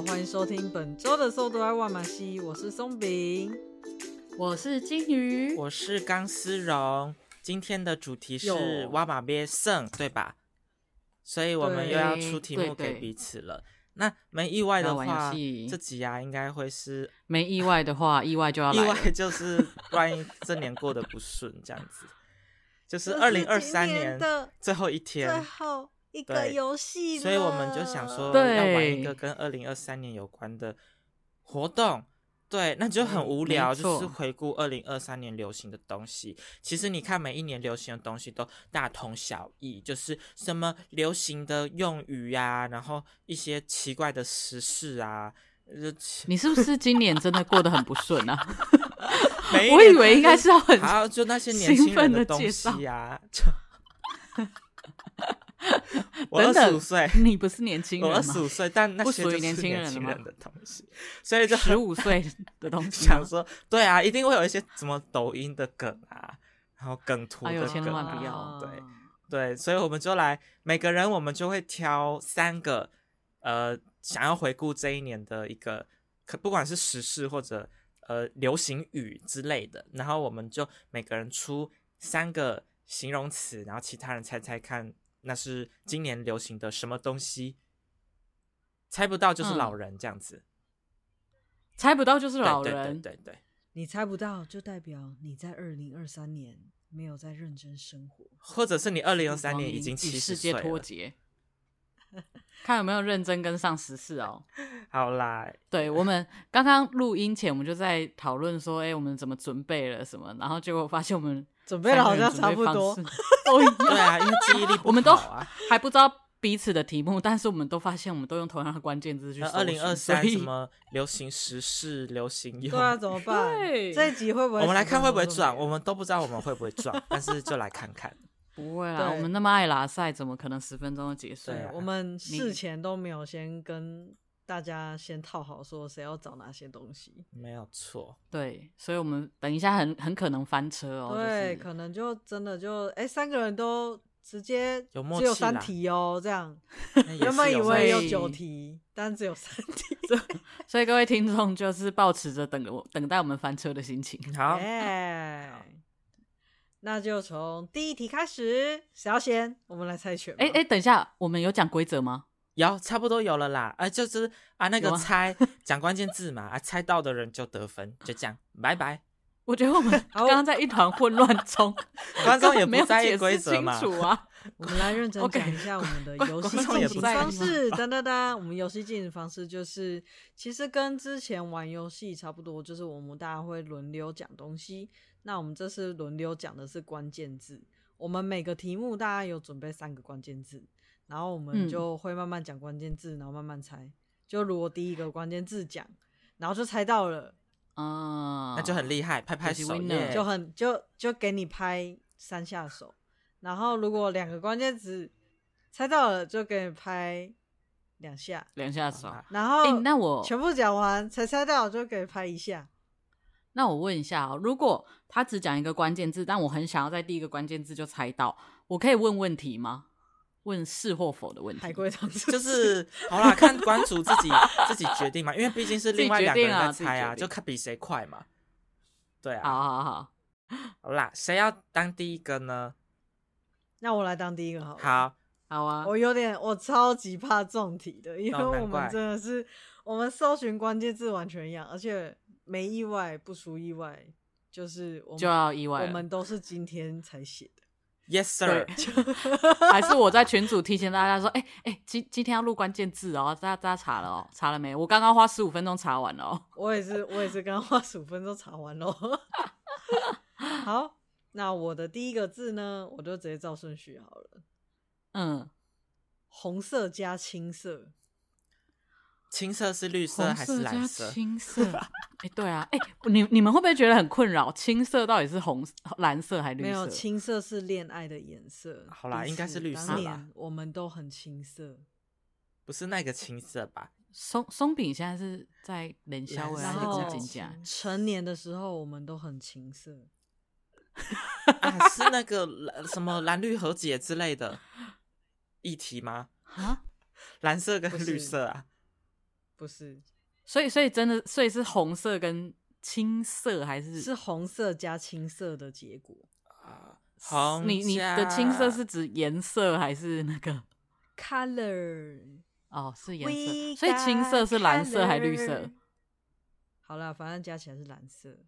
欢迎收听本周的《搜读爱万马西》，我是松饼， 我是金鱼， 我是钢丝绒。今天的主题是挖马鳖胜，对吧？所以我们又要出题目给彼此了。那没意外的话，这集啊应该会是没意外的话，意外就要来了。 意外就是万一这年过得不顺，这样子，就是2023年最后一天， 最后一个游戏了， 所以我们就想说要玩一个跟2023年有关的活动。对，那就很无聊，就是回顾2023年流行的东西。其实你看每一年流行的东西都大同小异，就是什么流行的用语啊，然后一些奇怪的时事啊。 你是不是今年真的过得很不顺啊？ 我以为应该是要很还有就那些年轻人的东西啊。我25岁， 你不是年轻人吗？ 我25岁，但那些就是年轻人的东西，所以就 15岁的东西。 想说，对啊，一定会有一些什么抖音的梗啊，然后梗图的梗啊， 千万不要。 对，所以我们就来，每个人我们就会挑3个，想要回顾这一年的一个，不管是时事或者流行语之类的，然后我们就每个人出3个形容词，然后其他人猜猜看那是今年流行的什么东西，猜不到就是老人这样子。 猜不到就是老人， 对， 你猜不到就代表你在2023年没有在认真生活， 或者是你2023年已经70岁了， 世界脱节。看有没有认真跟上时事哦。 好啦， 对，我们刚刚录音前我们就在讨论说我们怎么准备了什么，然后结果发现我们准备了好像差不多都一样。 对啊，因为记忆力不好啊， 我们都还不知道彼此的题目，但是我们都发现我们都用同样的关键字去搜寻。 2023什么流行时事、流行用语， 对啊，怎么办？这一集会不会？ 我们来看会不会撞，我们都不知道我们会不会撞，但是就来看看。 不会啦，我们那么爱拉赛，怎么可能10分钟就结束？ 对，我们事前都没有先跟大家先套好说谁要找哪些东西， 没有错。 对，所以我们等一下很可能翻车哦。 对，可能就真的就3个人都直接有默契只有3题哦，这样原本以为有9题，但只有3题。 所以各位听众就是抱持着等待我们翻车的心情。 好。 那就从第一题开始，谁要先？我们来猜拳。 等一下，我们有讲规则吗？ 有，差不多有了啦。就是那个猜讲关键字嘛，猜到的人就得分，就这样，拜拜。 我觉得我们刚刚在一团混乱中， 观众也不在意规则嘛。 我们来认真讲一下我们的游戏进行方式。我们游戏进行方式就是，其实跟之前玩游戏差不多，就是我们大家会轮流讲东西。那我们这次轮流讲的是关键字，我们每个题目大家有准备3个关键字，然后我们就会慢慢讲关键字，然后慢慢猜。就如果第一个关键字讲，然后就猜到了， 那就很厉害，拍拍手， 就给你拍3下手。然后如果2个关键字猜到了，就给你拍2下手。 然后那我全部讲完才猜到，就给你拍1下。 那我问一下如果他只讲一个关键字，但我很想要在第一个关键字就猜到，我可以问问题吗？问是或否的问题？ 海龟汤就是好啦，看关主自己决定嘛，因为毕竟是另外2个人在猜啊，就看比谁快嘛。对啊，好啦，谁要当第一个呢？ 那我来当第一个好了。 好啊， 我超级怕中题的，因为我们真的是我们搜寻关键字完全一样，而且没意外不出意外，就是我们就要意外， 我们都是今天才写的。 Yes sir。 还是我在群组提前大家说，今天要录关键字哦，大家查了哦，查了没？我刚刚花15分钟查完了哦。 我也是刚刚花15分钟查完了。好，那我的第一个字呢，我就直接照顺序好了。红色加青色。 青色是绿色还是蓝色？ 青色。对啊，你们会不会觉得很困扰？青色到底是蓝色还是绿色？ 没有，青色是恋爱的颜色。 好啦，应该是绿色吧。 当年我们都很青涩， 不是那个青色吧？ 松饼现在是在冷笑话， 然后成年的时候我们都很青涩。 是那个什么蓝绿和解之类的议题吗？蓝色跟绿色啊？ 不是， 所以真的，所以是红色跟青色还是？ 是红色加青色的结果啊？红你的青色是指颜色还是那个 color？ 哦，是颜色，所以青色是蓝色还绿色？ 好啦，反正加起来是蓝色。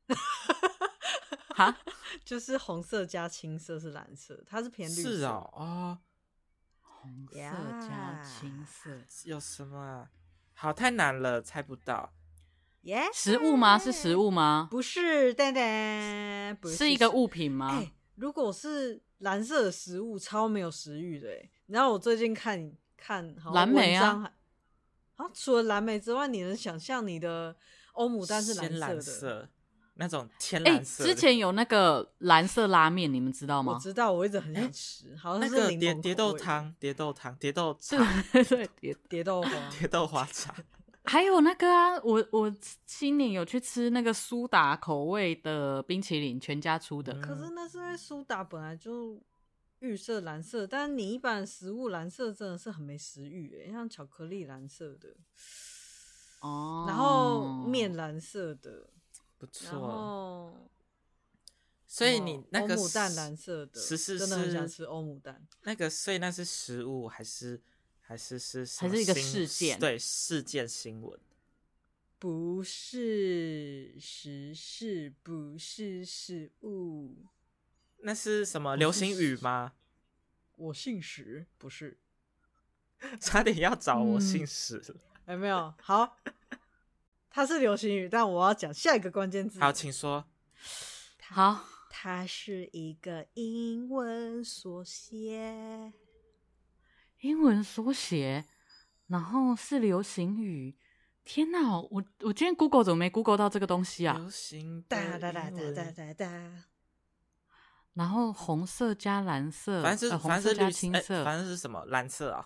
哈， 就是红色加青色是蓝色，它是偏绿色。 是哦， 红色加青色有什么啊？好，太难了，猜不到。 食物吗？是食物吗？ 不是，蛋蛋，不是一个物品吗？ 如果是蓝色的食物，超没有食欲的。然后我最近看蓝莓啊， 除了蓝莓之外，你能想象你的欧姆蛋是蓝色的？ 那种天蓝色的。 之前有那个蓝色拉面，你们知道吗？ 我知道，我一直很想吃，好像是那个柠檬蝶豆汤、蝶豆茶， 对蝶豆花、 蝶豆花茶。 还有那个啊，我今年有去吃那个苏打口味的冰淇淋，全家出的。 可是那是因为苏打本来就绿色、蓝色，但是你一般的食物蓝色真的是很没食欲像巧克力蓝色的哦， 然后面蓝色的。 不错， 然后所以你那个欧姆蛋蓝色的，真的很想吃欧姆蛋。 那个，所以那是食物还是一个事件？ 对，事件新闻。 不是时事，不是食物。 那是什么流行语吗？ 我姓石，不是。 差点要找我姓石了。 没有，好。它是流行语，但我要讲下一个关键字。 好，请说。 好， 它是一个英文缩写。 英文缩写，然后是流行语。天哪，我今天 Google 怎么没 Google 到这个东西啊？ 流行哒哒哒哒哒哒哒。 然后红色加蓝色， 反正是红色加青色， 反正是什么蓝色啊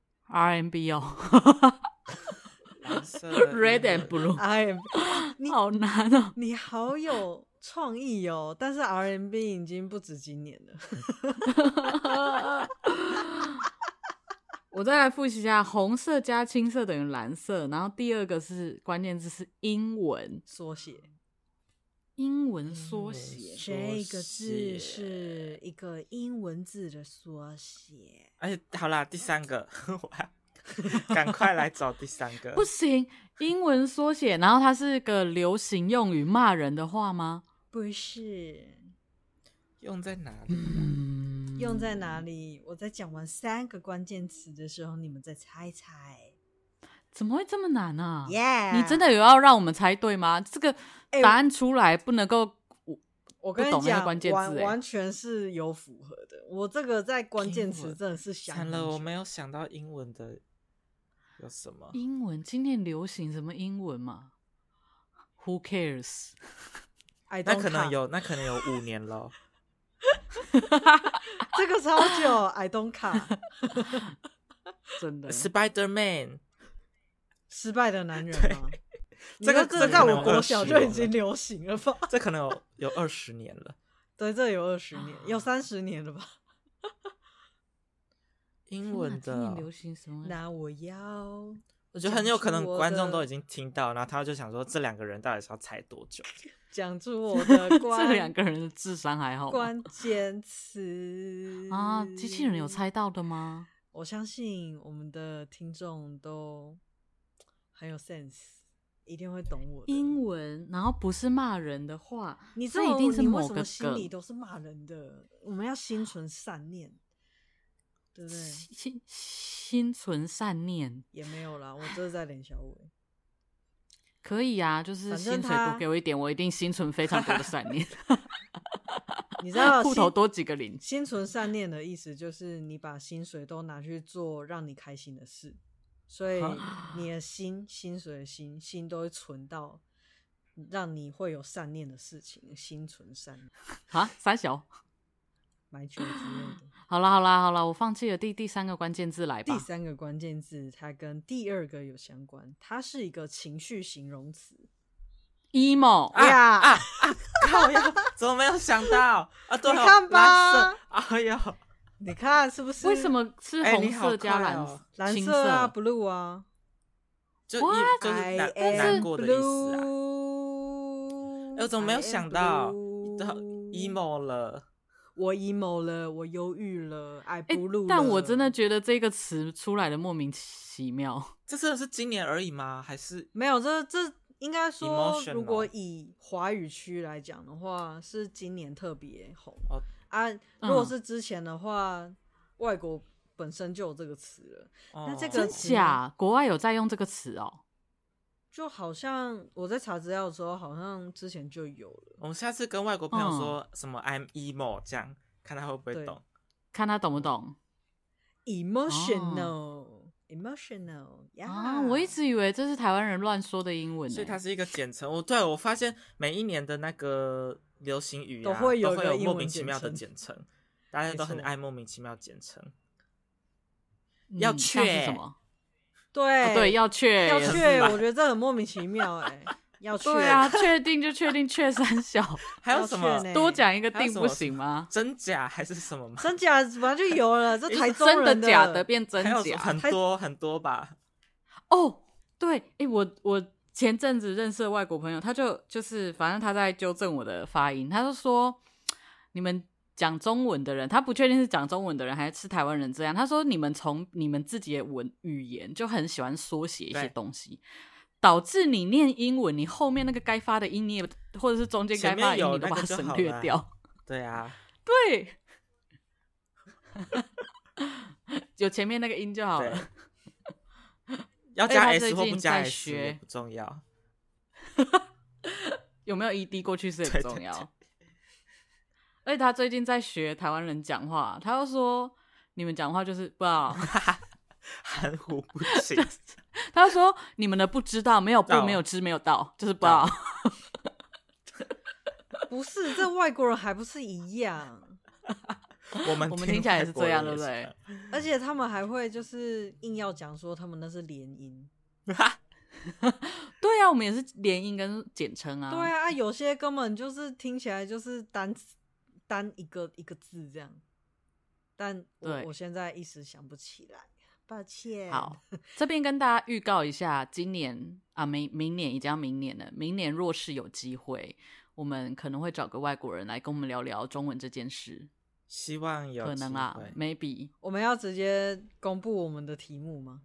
？R&B 哦。 蓝色 Red and Blue， 你好难哦！ 你好有创意哦，但是 R&B 已经不止今年了。 我再来复习一下，红色加青色等于蓝色，然后第二个是关键字是英文缩写， 英文缩写， 这个字是一个英文字的缩写。 好啦，第三个，赶快来找第三个。 不行，英文缩写，然后它是个流行用语，骂人的话吗？ 不是。 用在哪里？ 用在哪里？我在讲完3个关键词的时候，你们再猜猜。 怎么会这么难啊？ Yeah， 你真的有要让我们猜对吗？这个答案出来不能够， 我跟你讲， 关键字完全是有符合的。我这个在关键词真的是想很久。 惨了，我没有想到英文的有什么。 英文今年流行什么英文嘛 ？Who cares？ 那可能有5年了。 这个超久 I don't care 真的 Spider-Man 失败的男人吗？ 这个在我国小就已经流行了吧？ 这可能有20年了。 对，这有20年，有30年了吧？ 英文的今年流行什么？ 那我觉得很有可能观众都已经听到，然后他就想说这2个人到底是要猜多久？ 讲出我的这2个人的智商还好吗？ 关键词啊，机器人有猜到的吗？ 我相信我们的听众都很有 sense， 一定会懂我的英文，然后不是骂人的话， 你这一定是某个梗。 心里都是骂人的，我们要心存善念，对不对？ 心存善念也没有啦，我这是在连小伟。 可以啊，就是薪水多给我一点，我一定心存非常多的善念。 你知道户头多几个零。 心存善念的意思就是你把薪水都拿去做让你开心的事，所以你的薪水的心都会存到让你会有善念的事情，心存善念啊，三小买球之类的。 好啦，我放弃了。第3个关键字来吧。 第3个关键字它跟第2个有相关，它是一个情绪形容词。 emo 靠呀，怎么没有想到啊？对， 你看吧， 哎呦， 你看是不是？ 为什么是红色加蓝色啊 ，blue 啊？ 就是难过的意思啊。我怎么没有想到 emo 了？ 我 emo 了，我忧郁了，I blue 了。 但我真的觉得这个词出来的莫名其妙。 这真的是今年而已吗？还是没有？这应该说， emotional 如果以华语区来讲的话，是今年特别红如果是之前的话，外国本身就有这个词了。那这个真假？国外有在用这个词哦？ 就好像我在查资料的时候，好像之前就有了。 我们下次跟外国朋友说什么 I'm emo 这样，看他会不会懂， 看他懂不懂。 emotional， 呀、 我一直以为这是台湾人乱说的英文， 所以它是一个简称。我发现每一年的那个流行语都会有莫名其妙的简称，大家都很爱莫名其妙简称。要是什么？ 对， 要确， 我觉得这很莫名其妙要确， 对啊，确定就确定，确三小， 还有什么多讲一个定不行吗？ 真假还是什么吗？ 真假本来就有了，这台中人真的假的变真假， 很多吧。 对，我前阵子认识的外国朋友，他就是反正他在纠正我的发音，他就说你们讲中文的人，他不确定是讲中文的人还是台湾人这样。他说你们从你们自己的语言就很喜欢缩写一些东西，导致你念英文，你后面那个该发的音，你也或者是中间该发的音，你都把它省略掉。 对啊， 对，有前面那个音就好了。 要加 S 或不加 S 也不重要， 有没有 ED 过去式也不重要。对，而且他最近在学台湾人讲话，他就说你们讲话就是不知道， 含糊不清。 他说你们的不知道，没有不，没有知，没有道，就是不知道。 不是，这外国人还不是一样？ 我们听起来也是这样，对不对？ 而且他们还会就是硬要讲说他们那是连音。 对啊，我们也是连音跟简称啊。 对啊，有些根本就是听起来就是单一个字这样，但我现在一时想不起来，抱歉。 好，这边跟大家预告一下，今年啊，明年已经要明年了。明年若是有机会，我们可能会找个外国人来跟我们聊聊中文这件事。 希望有可能啊 ，maybe。 我们要直接公布我们的题目吗？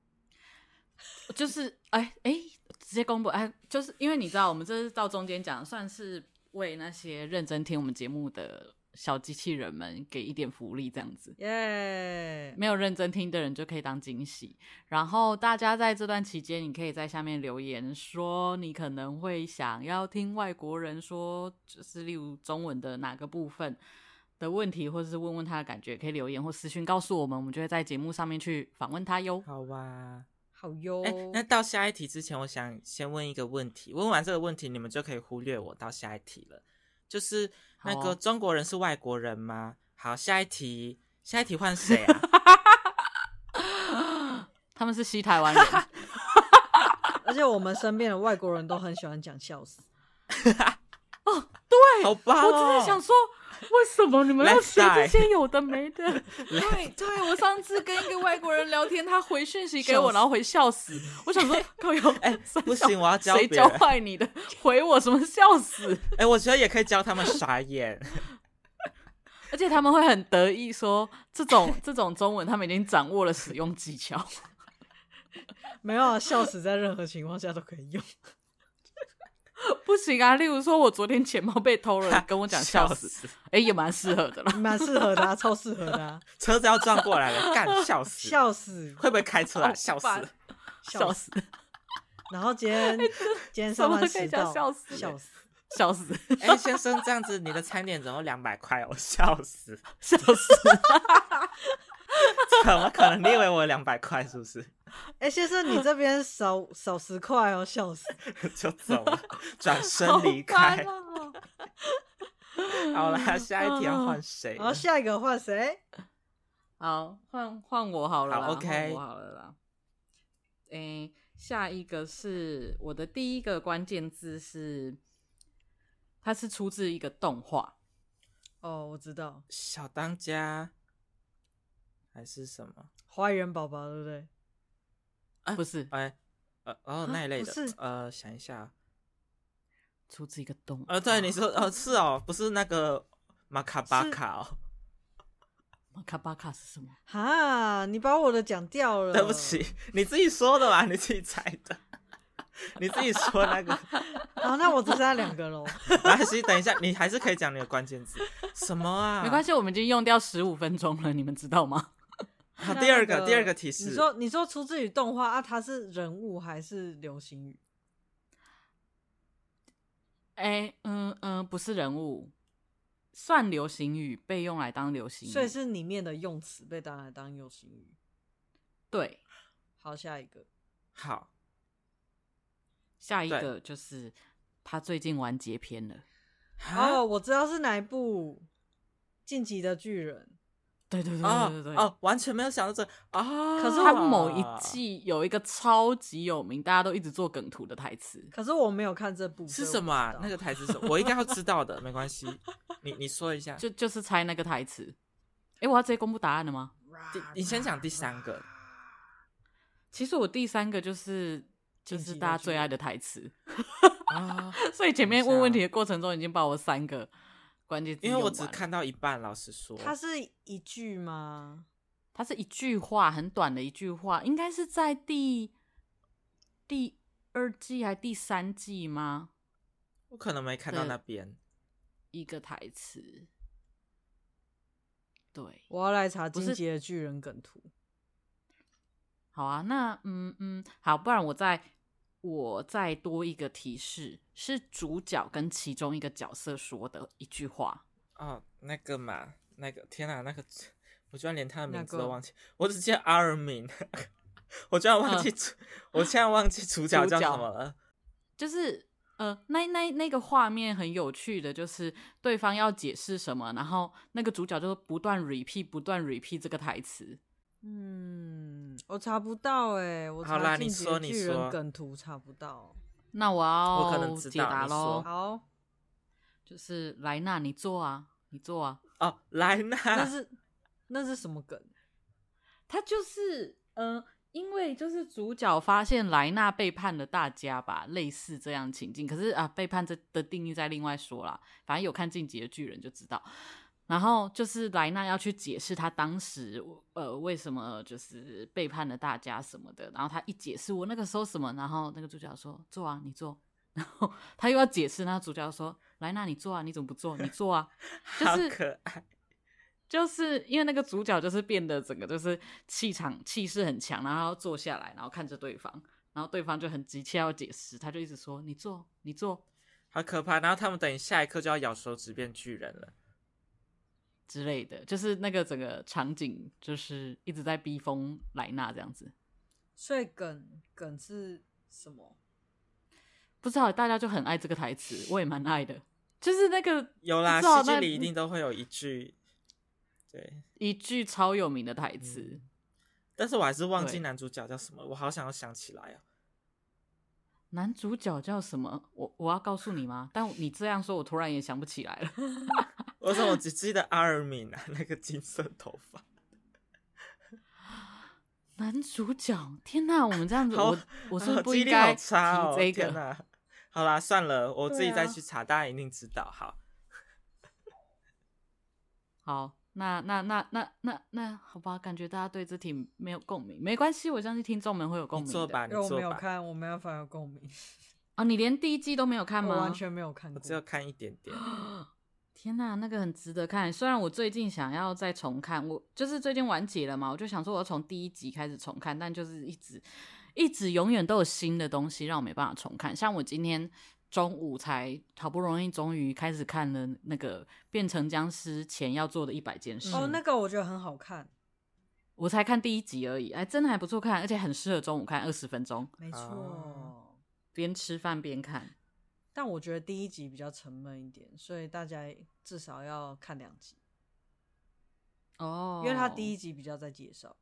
就是直接公布就是因为你知道，我们这是到中间讲，算是为那些认真听我们节目的小机器人们给一点福利，这样子。 耶！ 没有认真听的人就可以当惊喜。然后大家在这段期间，你可以在下面留言说你可能会想要听外国人说，就是例如中文的哪个部分的问题，或者是问问他的感觉，可以留言或私讯告诉我们，我们就会在节目上面去访问他哟。 好吧， 好哟。 那到下一题之前，我想先问一个问题，问完这个问题，你们就可以忽略我到下一题了。就是那个中国人是外国人吗？好，下一题换谁啊？ 他们是西台湾人。 而且我们身边的外国人都很喜欢讲笑死。 对， 好棒哦！ 我真的想说，为什么你们要学这些有的没的？对，我上次跟一个外国人聊天，他回讯息给我，然后回笑死。我想说，靠腰， 不行，我要教别人。 谁教坏你的？回我什么笑死？ 我觉得也可以教他们傻眼。 而且他们会很得意说，这种中文他们已经掌握了使用技巧。 没有啊，笑死在任何情况下都可以用。 不行啊，例如说我昨天钱包被偷了，跟我讲笑死，也蛮适合的啦， 蛮适合的啊，超适合的啊。 车子要撞过来了，干笑死， 笑死， 会不会开车啊？笑死， 笑死。然后今天上班迟到， 笑死，笑死。 先生，这样子你的餐点总共200块哦，笑死， 笑死。 怎么可能？你以为我200块是不是？ 先生，你这边少10块哦，笑死， 就走了，转身离开。好啦，下一题要换谁？ 好，下一个换谁？ 好，换我好了啦。 好 ，OK， 换我好了啦。下一个是我的第一个关键字是，它是出自一个动画。 哦，我知道， 小当家还是什么？ 花园宝宝，对不对？ 不是， 那一类的， 不是想一下， 出自一个动物。 对，你说是哦，不是那个马卡巴卡哦。 马卡巴卡是什么？ 哈，你把我的讲掉了。 对不起，你自己说的吧，你自己猜的，你自己说那个。 好，那我只剩下2个喽。 没关系，等一下，你还是可以讲你的关键字。什么啊？ 没关系，我们已经用掉15分钟了，你们知道吗？ 好，第二个提示。 你说出自于动画啊？它是人物还是流行语？ 不是人物，算流行语，被用来当流行语， 所以是里面的用词被拿来当流行语。 对。 好，下一个。 好， 下一个就是他最近完结篇了。 哦，我知道是哪一部，《晋级的巨人》。 对对， 完全没有想到这啊！ 可是他某一季有一个超级有名，大家都一直做梗图的台词。 可是我没有看这部， 是什么啊？那个台词是什么？我应该要知道的，没关系，你说一下。 就是猜那个台词。我要直接公布答案了吗？ 你先讲第3个。 其实我第3个就是大家最爱的台词啊， 所以前面问问题的过程中已经把我3个关键字用完了， 因为我只看到一半，老实说。 它是一句吗？ 它是一句话，很短的一句话，应该是在第2季还第3季吗？ 我可能没看到那边一个台词。对， 我要来查《进击的巨人》梗图。 好啊，那好，不然我再多一个提示，是主角跟其中一个角色说的一句话。 哦，那个嘛，那个天哪，那个我居然连他的名字都忘记，我只记得阿尔敏，我居然忘记，我现在忘记主角叫什么了。 就是那个画面很有趣的，就是对方要解释什么，然后那个主角就不断 repeat 这个台词。 我查不到我查进击的巨人梗图查不到。 那我可能解答咯。 好， 就是莱纳，你做啊，你做啊。 哦，莱纳， 那是什么梗？ 他就是因为就是主角发现莱纳背叛了大家吧，类似这样情境。可是背叛这的定义再另外说啦，反正有看进击的巨人就知道。然后就是莱纳要去解释他当时为什么就是背叛了大家什么的，然后他一解释我那个时候什么，然后那个主角说做啊你做，然后他又要解释，那主角说莱纳你做啊，你怎么不做，你做啊，就是好可爱， 就是因为那个主角就是变得整个就是气势很强，然后要坐下来，然后看着对方，然后对方就很急切要解释，他就一直说你做你做， 好可怕，然后他们等下一刻就要咬手指变巨人了之类的，就是那个整个场景就是一直在逼疯莱纳这样子。 所以梗是什么？ 不知道，大家就很爱这个台词，我也蛮爱的。就是那个有啦，戏剧里一定都会有一句，对， 一句超有名的台词。 但是我还是忘记男主角叫什么，我好想要想起来哦。 男主角叫什么？我要告诉你吗？但你这样说，我突然也想不起来了。 我只记得阿尔敏啊，那个金色头发。 男主角，天哪！我们这样子，我是不是应记忆力该好差哦， 提这个？ 天哪！好啦，算了，我自己再去查，大家一定知道。好， 好，那好吧，感觉大家对这题没有共鸣，没关系，我相信听众们会有共鸣的。 你做吧， 因为我没有看，我没办法有共鸣。 你连第1季都没有看吗？ 我完全没有看过， 我只有看一点点。 天哪，那个很值得看。虽然我最近想要再重看，我就是最近完结了嘛，我就想说我要从第1集开始重看，但就是一直永远都有新的东西让我没办法重看。像我今天中午才好不容易终于开始看了那个变成僵尸前要做的100件事。 那个我觉得很好看， 我才看第1集而已，真的还不错看，而且很适合中午看，20分钟， 没错， 边吃饭边看。 但我觉得第1集比较沉闷一点，所以大家至少要看2集哦， 因为他第1集比较在介绍。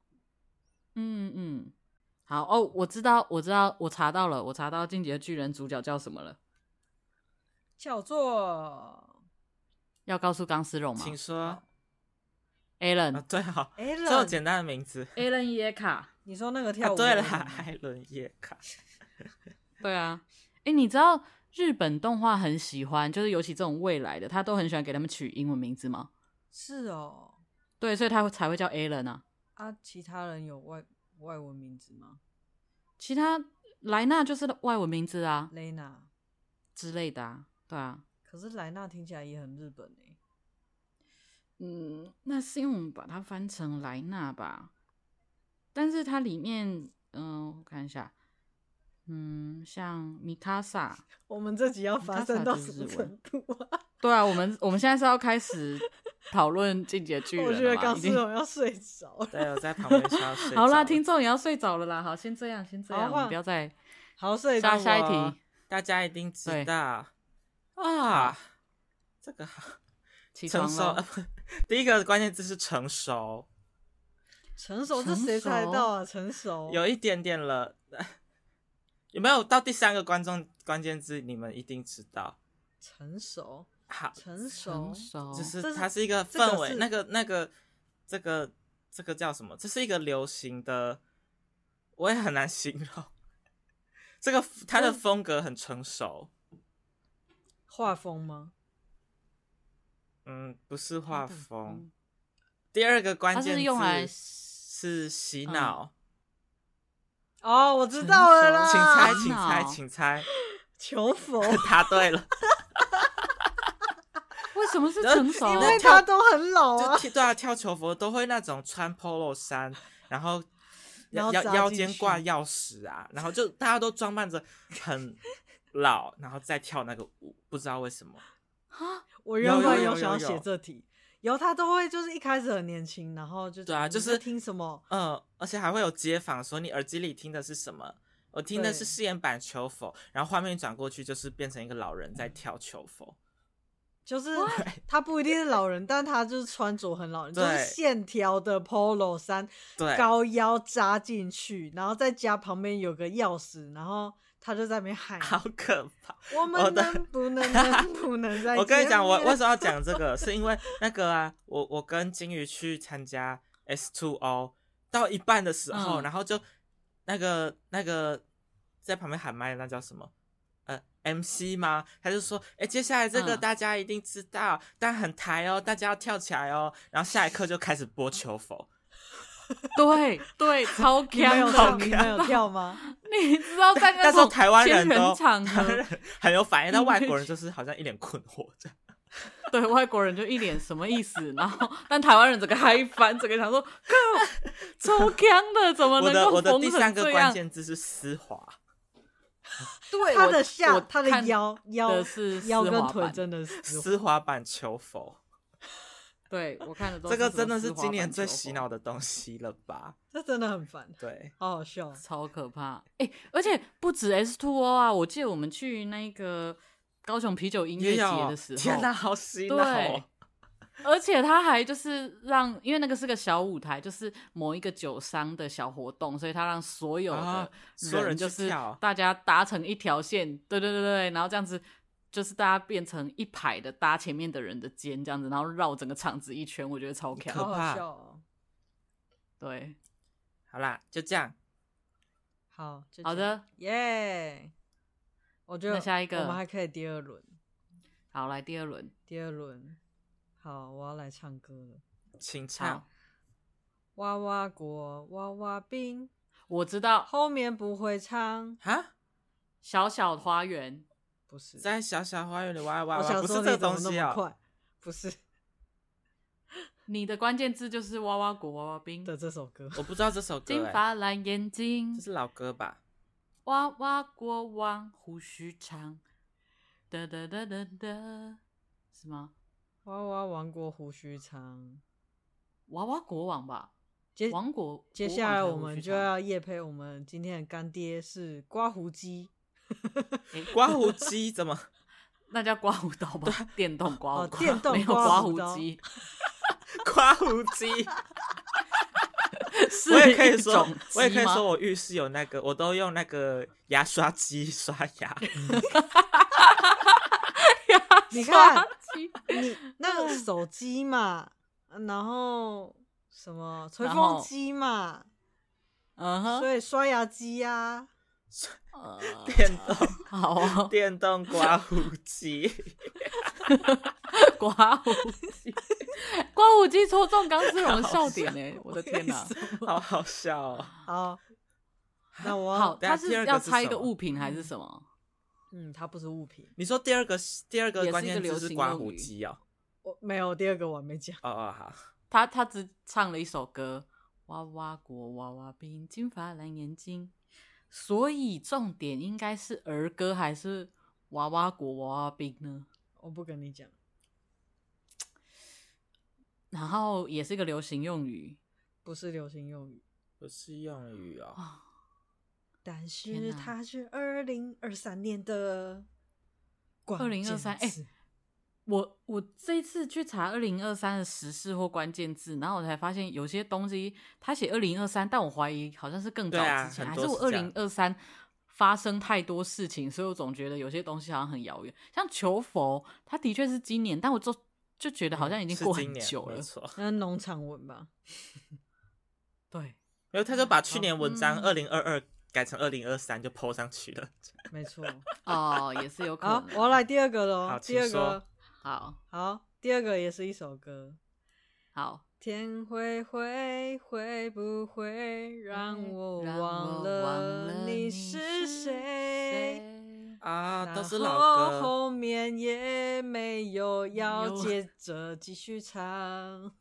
好哦，我知道，我查到了，我查到进击的巨人主角叫什么了， 叫做要告诉钢丝绒吗？ 请说。 Alan 对，好， Alan 这么简单的名字 Alan 耶卡。 你说那个跳舞对啦，艾伦叶卡。 对啊，你知道日本动画很喜欢，就是尤其这种未来的，他都很喜欢给他们取英文名字吗？ 是哦。 对，所以他才会叫 Alan 啊。 其他人有外文名字吗？ 其他莱纳就是外文名字啊， 雷娜之类的啊，对啊。 可是莱纳听起来也很日本欸。 那是因为我们把它翻成莱纳吧，但是它里面，我看一下，像米卡萨， 我们这集要发生到什么程度啊？ 对啊，我们现在是要开始讨论进阶巨人了吗？ 我觉得刚思荣要睡着了。 对，我在旁边是要睡着。 好啦，听众也要睡着了啦。好，先这样，我们不要再好睡着。 下一题， 大家一定知道啊，这个好成熟。第一个关键字是成熟。 成熟这谁猜到啊？成熟有一点点了。有没有到第三个关键字？你们一定知道。 成熟。 好， 成熟， 就是它是一个氛围，这个叫什么？这是一个流行的，我也很难形容。这个它的风格很成熟。 画风吗？ 不是画风。第二个关键字用来是洗脑。 哦，我知道了啦！ 请猜。 求佛。 答对了。 为什么是成熟？ 因为他都很老啊。 对啊，跳求佛都会那种穿 polo 衫，然后腰间挂钥匙啊，然后就大家都装扮着很老，然后再跳那个舞，不知道为什么。 我原本有想要写这题，然后他都会就是一开始很年轻，然后就对啊，就是听什么， 而且还会有街访说你耳机里听的是什么。我听的是饰演版求佛，然后画面转过去就是变成一个老人在跳求佛。 就是他不一定是老人，但他就是穿着很老人，就是线条的 polo 衫，高腰扎进去，然后再加旁边有个钥匙，然后他就在那边喊， 好可怕！ 我们能不能再？ 我跟你讲，我为什么要讲这个？是因为那个啊，我跟金鱼去参加 S2O， 到一半的时候，然后就那个在旁边喊麦的那叫什么？MC 吗？他就说，接下来这个大家一定知道，但很台哦，大家要跳起来哦。然后下一刻就开始播求佛。 对，超强的。 你没有跳吗？ 你知道在那种台湾人都很有反应，但外国人就是好像一脸困惑这样。 对，外国人就一脸什么意思？然后但台湾人整个嗨翻，整个想说，超强的，怎么能够我的第三个疯成这样？ 关键字是丝滑。 对，他的他的腰是腰跟腿真的是丝滑版求佛。 对，我看的都这个真的是今年最洗脑的东西了吧？ 这真的很烦， 对， 好好笑， 超可怕。而且不止 S2O 啊，我记得我们去那个高雄啤酒音乐节的时候， 天哪，好洗脑哦！ 而且他还就是让，因为那个是个小舞台，就是某一个酒商的小活动，所以他让所有的人就是大家搭成一条线，对，然后这样子就是大家变成一排的搭前面的人的肩这样子，然后绕整个场子一圈，我觉得超可怕，好好笑哦。 对， 好啦，就这样。 好的， 耶！我觉得下一个我们还可以第二轮。 好，来第二轮。 好，我要来唱歌了， 请唱。 娃娃国娃娃兵， 我知道， 后面不会唱哈。 小小花园不是在小小花园里娃娃， 不是这个东西啊，不是。 你的关键字就是娃娃国娃娃兵的这首歌， 我不知道这首歌。 金发蓝眼睛， 这是老歌吧？ 娃娃国王胡须长，哒哒哒哒哒，是吗？ 娃娃王国胡须长， 娃娃国王吧？王国。 接下来我们就要业配，我们今天的干爹是刮胡机。 刮胡机怎么？ 那叫刮胡刀吧？电动刮胡刀， 电动刮胡机。 刮胡机。我也可以说，我浴室有那个，我都用那个牙刷机刷牙。 你看，你那个手机嘛，然后什么吹风机嘛，所以刷牙机啊， 电动好哦， 电动刮胡机， 刮胡机，刮胡机戳中钢丝绒的笑点哎，我的天哪， 好好笑哦。 好，那我好，它是等下第二个要猜一个是什么物品还是什么？ 它不是物品， 你说第二个关键字也是一个流是刮胡行用语机哦。 我没有第二个我还没讲。 哦，好， 他只唱了一首歌，娃娃国娃娃兵，金发蓝眼睛。所以重点应该是儿歌还是娃娃国娃娃兵呢？ 我不跟你讲。 然后也是一个流行用语， 不是流行用语， 不是用语哦。 但是它是2023年的 2023我这一次去查2023的时事或关键字，然后我才发现有些东西他写2023，但我怀疑好像是更早之前，还是我2023发生太多事情，所以我总觉得有些东西好像很遥远。像求佛，它的确是今年，但我就觉得好像已经过很久了。 那农场文吧， 对， 因为他就把去年文章2022改成2023就 po 上去了。 没错。 哦，也是有可能。 好，我要来第二个咯。 好， 第二个， 好， 第二个也是一首歌。 好， 天会不会让我忘了你是谁啊？都是老歌， 后面也没有要接着继续唱。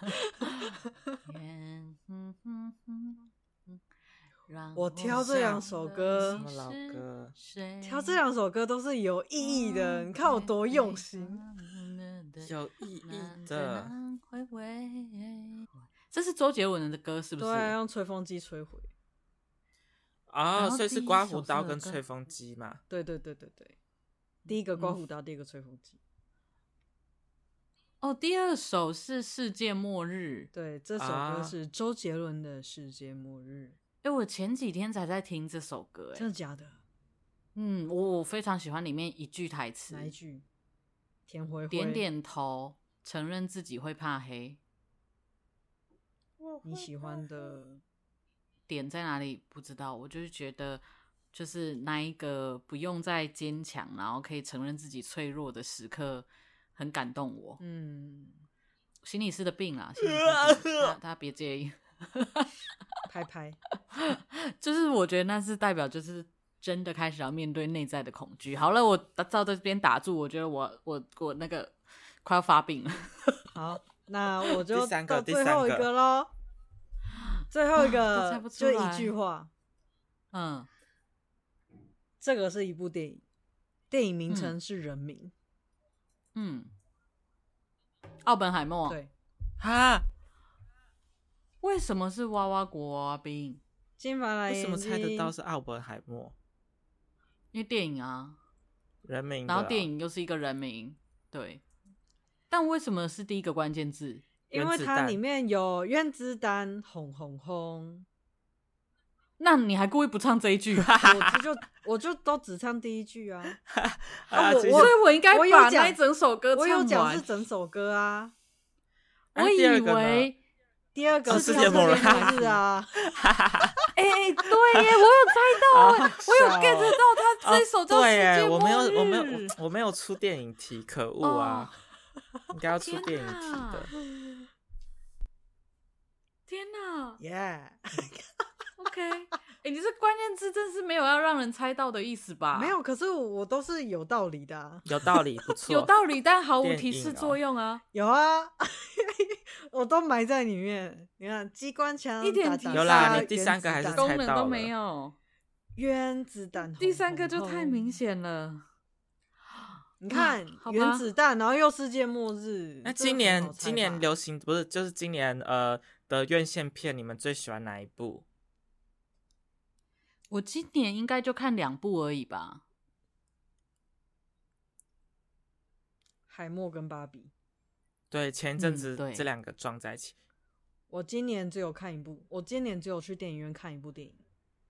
我挑这两首歌， 什么老歌？ 挑这两首歌都是有意义的，你看我多用心。 有意义的， 这是周杰伦的歌是不是？ 对，用吹风机吹回。 所以是刮胡刀跟吹风机嘛？ 对，第一个刮胡刀，第二个吹风机。 第二首是世界末日。 对，这首歌是周杰伦的世界末日。 我前几天才在听这首歌。 真的假的？ 我非常喜欢里面一句台词。 哪一句？天灰灰点点头，承认自己会怕黑。 你喜欢的点在哪里？不知道。我就是觉得，就是那一个不用再坚强，然后可以承认自己脆弱的时刻，很感动我。心理师的病啦，心理师的病大家别介意。 拍就是我觉得那是代表就是真的开始要面对内在的恐惧。好了，我照这边打住，我觉得我那个快要发病了。 好，那我就到第最后一个咯。最后一个就一句话。这个是一部电影，电影名称是人名。 奥本海默。 对。 为什么是娃娃国娃娃兵？ 金发蓝眼睛。 为什么猜得到是奥本海默？ 因为电影啊， 人名的然后电影又是一个人名，对。但为什么是第一个关键字？ 因为它里面有原子弹轰轰轰。 那你还故意不唱这一句？ 我就都只唱第一句啊。 所以我应该把那一整首歌唱完。 我有讲是整首歌啊。 我以为第二个是世界末日啊。 对耶，我有猜到我有 get 到他这首叫世界末日。我没有出电影题，可恶啊！应该要出电影题的。 天哪 ！Yeah。OK， 你这关键字真是没有要让人猜到的意思吧？ 没有，可是我都是有道理的啊。 有道理，不错。 有道理，但毫无提示作用啊。 有啊，我都埋在里面。你看，机关枪一点提示有啦，你第三个还是猜到了， 功能都没有。 原子弹， 第三个就太明显了。 你看，原子弹，然后又世界末日。 那今年流行不是就是今年的院线片，你们最喜欢哪一部？ 我今年应该就看2部而已吧。 海默跟芭比。 对，前一阵子这两个撞在一起。 我今年只有看一部，我今年只有去电影院看一部电影。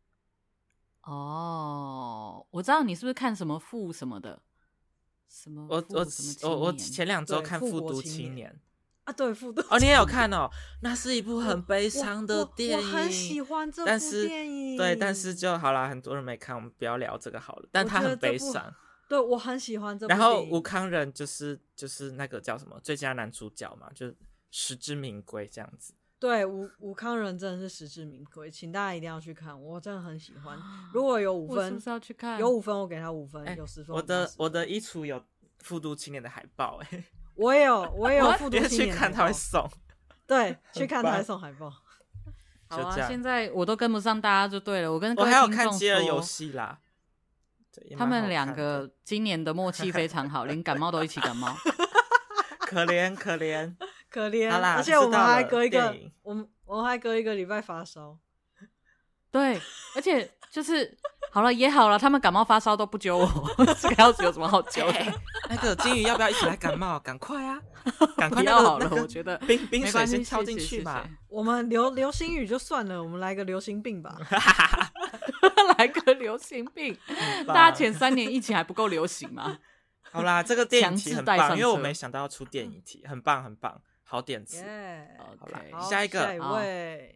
我知道你是不是看什么复什么的？什么？ 我前2周看《复读青年》。 啊，对，复读哦，你也有看哦，那是一部很悲伤的电影， 我很喜欢这部电影。 对，但是就好啦，很多人没看，我们不要聊这个好了。但它很悲伤。 对，我很喜欢这部电影。 影。 然后吴康仁就是那个叫什么最佳男主角嘛，就实至名归这样子。 对，吴康仁真的是实至名归，请大家一定要去看，我真的很喜欢。如果有5分， 我是不是要去看？ 有5分我给他5分，有10分我的衣橱有复读青年的海报我也有复读青年的海报， 去看他会送， 对，去看他会送海报。 好啊，现在我都跟不上大家就对了。我跟各位还有听众说， 看饥饿游戏啦， 他们2个今年的默契非常好，连感冒都一起感冒。 可怜可怜可怜， 好啦， 而且我们还隔一个，我们还隔一个礼拜发烧。 对，而且就是好了也好了，他们感冒发烧都不揪我，这个要有什么好揪的？ 那个金鱼要不要一起来感冒？赶快啊，赶快要好了，我觉得冰水先跳进去嘛。 我们流行语就算了，我们来个流行病吧。 来个流行病，大家前3年疫情还不够流行吗？ 好啦，这个电影题很棒，因为我没想到要出电影题，很棒很棒，好点子。好啦，下一位。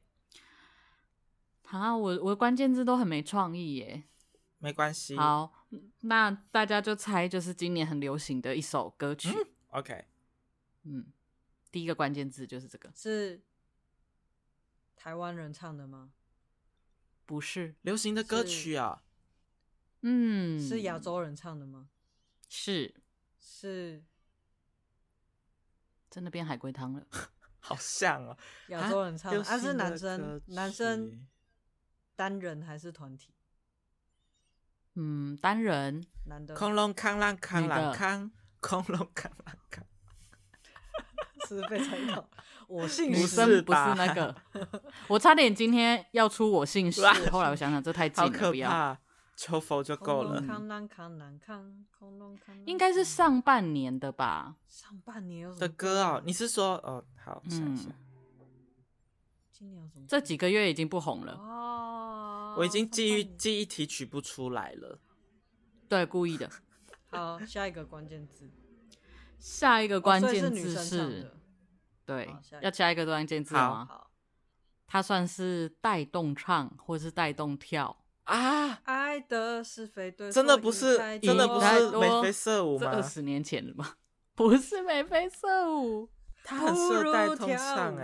我的关键字都很没创意耶。 没关系。 好，那大家就猜，就是今年很流行的一首歌曲。 OK。 第一个关键字就是这个。 是台湾人唱的吗？ 不是。 流行的歌曲啊。 是亚洲人唱的吗？ 是。真的变海龟汤了。 好像哦。 亚洲人唱的，是男生单人还是团体？ 单人。 男的。 空龙康啷康啷康，空龙康啷康。 是被猜到。我姓女生不是那个。我差点今天要出我姓史，后来我想想这太近了，不要。 求佛就够了。 应该是上半年的吧？ 上半年有什么的歌哦？你是说好，想一下。 今年有什么？ 这几个月已经不红了。 我已经记忆提取不出来了。 对，故意的。 好，下一个关键字。 下一个关键字是，对，要加一个关键字吗？ 好。 它算是带动唱或是带动跳。 爱的是非对错， 真的不是眉飞色舞吗？ 这20年前了吧？不是眉飞色舞， 他很适合带动唱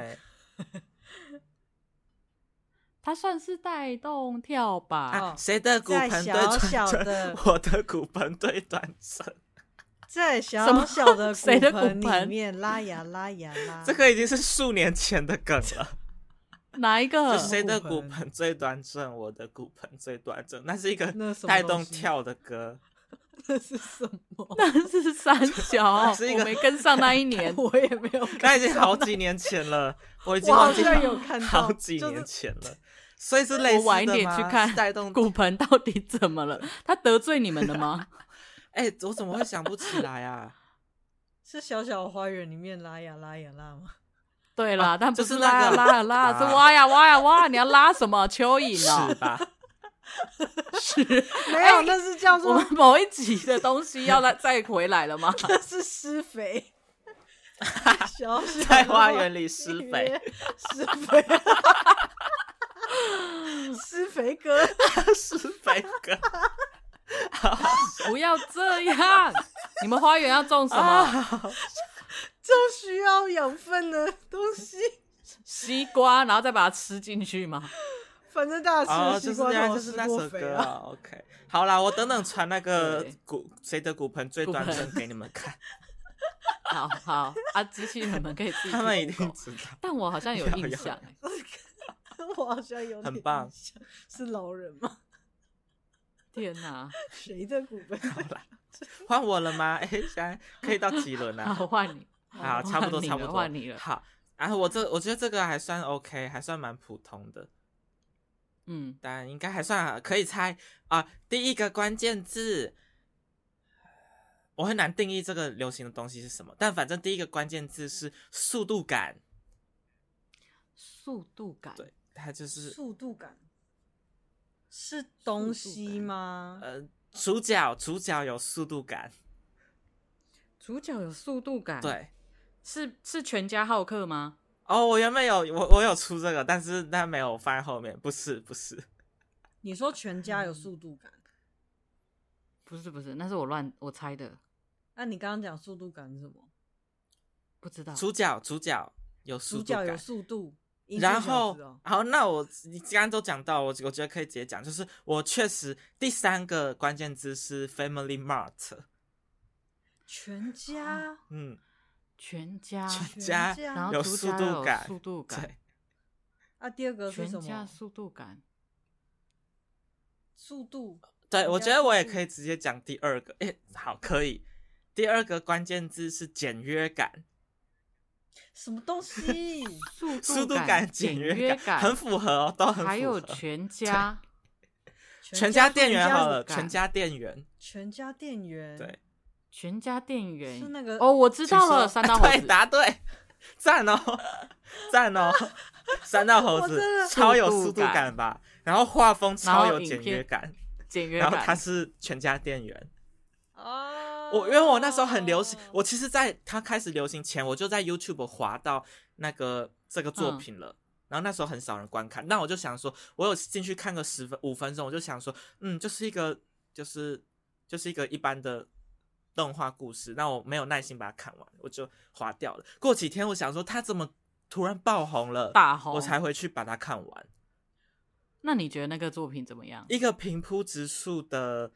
他算是带动跳吧？ 谁的骨盆对短正？我的骨盆对短正。 在小小的骨盆里面拉呀拉呀拉。 这个已经是数年前的梗了。 哪一个？ 谁的骨盆最端正？我的骨盆最端正。那是一个带动跳的歌。 那是什么？ 那是三小。 是一个我没跟上那一年， 我也没有。 那已经好几年前了，我已经忘记有看到好几年前了。所以是类似的吗？ 我晚一点去看带动骨盆到底怎么了？他得罪你们了吗？ 我怎么会想不起来啊？ 是小小花园里面拉呀拉呀拉吗？ 对啦，但不是拉呀拉呀拉，是挖呀挖呀挖。你要拉什么？蚯蚓哦？ 是吧？ 是没有，那是叫做我们某一集的东西要再回来了吗？ 那是施肥。小小在花园里施肥， 施肥哥， 施肥哥。 不要这样！你们花园要种什么？ 种需要养分的东西， 西瓜，然后再把它吃进去吗？ 反正大家吃西瓜就是那首歌啊。OK， 好啦，我等等传那个谁的骨盆最端正给你们看。 好机器人们可以自己， 他们一定知道。 但我好像有印象， 我好像有很棒， 是老人吗？ 天哪！ 谁的骨盆？ 好啦，换我了吗？现在可以到几轮啊？ 好，换你。 好，差不多， 换你了。 好，然后我觉得这个还算 OK， 还算蛮普通的。但应该还算可以猜啊。第一个关键字，我很难定义这个流行的东西是什么，但反正第一个关键字是速度感。 速度感， 对，它就是速度感。是东西吗？ 主角有速度感。 主角有速度感。 对， 是全家好客吗？ 哦，我原本我有出这个，但是没有放在后面，不是。 你说全家有速度感？ 不是，那是我猜的。 那你刚刚讲速度感是什么？ 不知道。 主角有速度感， 主角有速度。 然后，好，那你刚刚都讲到，我觉得可以直接讲，就是我确实第3个关键字是 Family Mart， 全家， 全家， 然后有速度感， 对。 第二个是什么？ 全家速度感， 速度。 对，我觉得我也可以直接讲第2个，好，可以。第2个关键字是简约感。 什么东西？ 速度感、简约感，很符合哦，都很符合。 还有全家店员好了，全家店员， 对， 全家店员是那个哦，我知道了，山道猴子， 对，答对，赞哦，山道猴子超有速度感吧，然后画风超有简约感，然后他是全家店员。因为我那时候很流行，我其实在他开始流行前，我就在 YouTube 滑到这个作品了，然后那时候很少人观看，那我就想说，我有进去看个5分钟，我就想说，就是一个一般的动画故事，那我没有耐心把它看完，我就滑掉了。过几天我想说，他怎么突然爆红了， 大红， 我才回去把它看完。 那你觉得那个作品怎么样？ 一个平铺直述的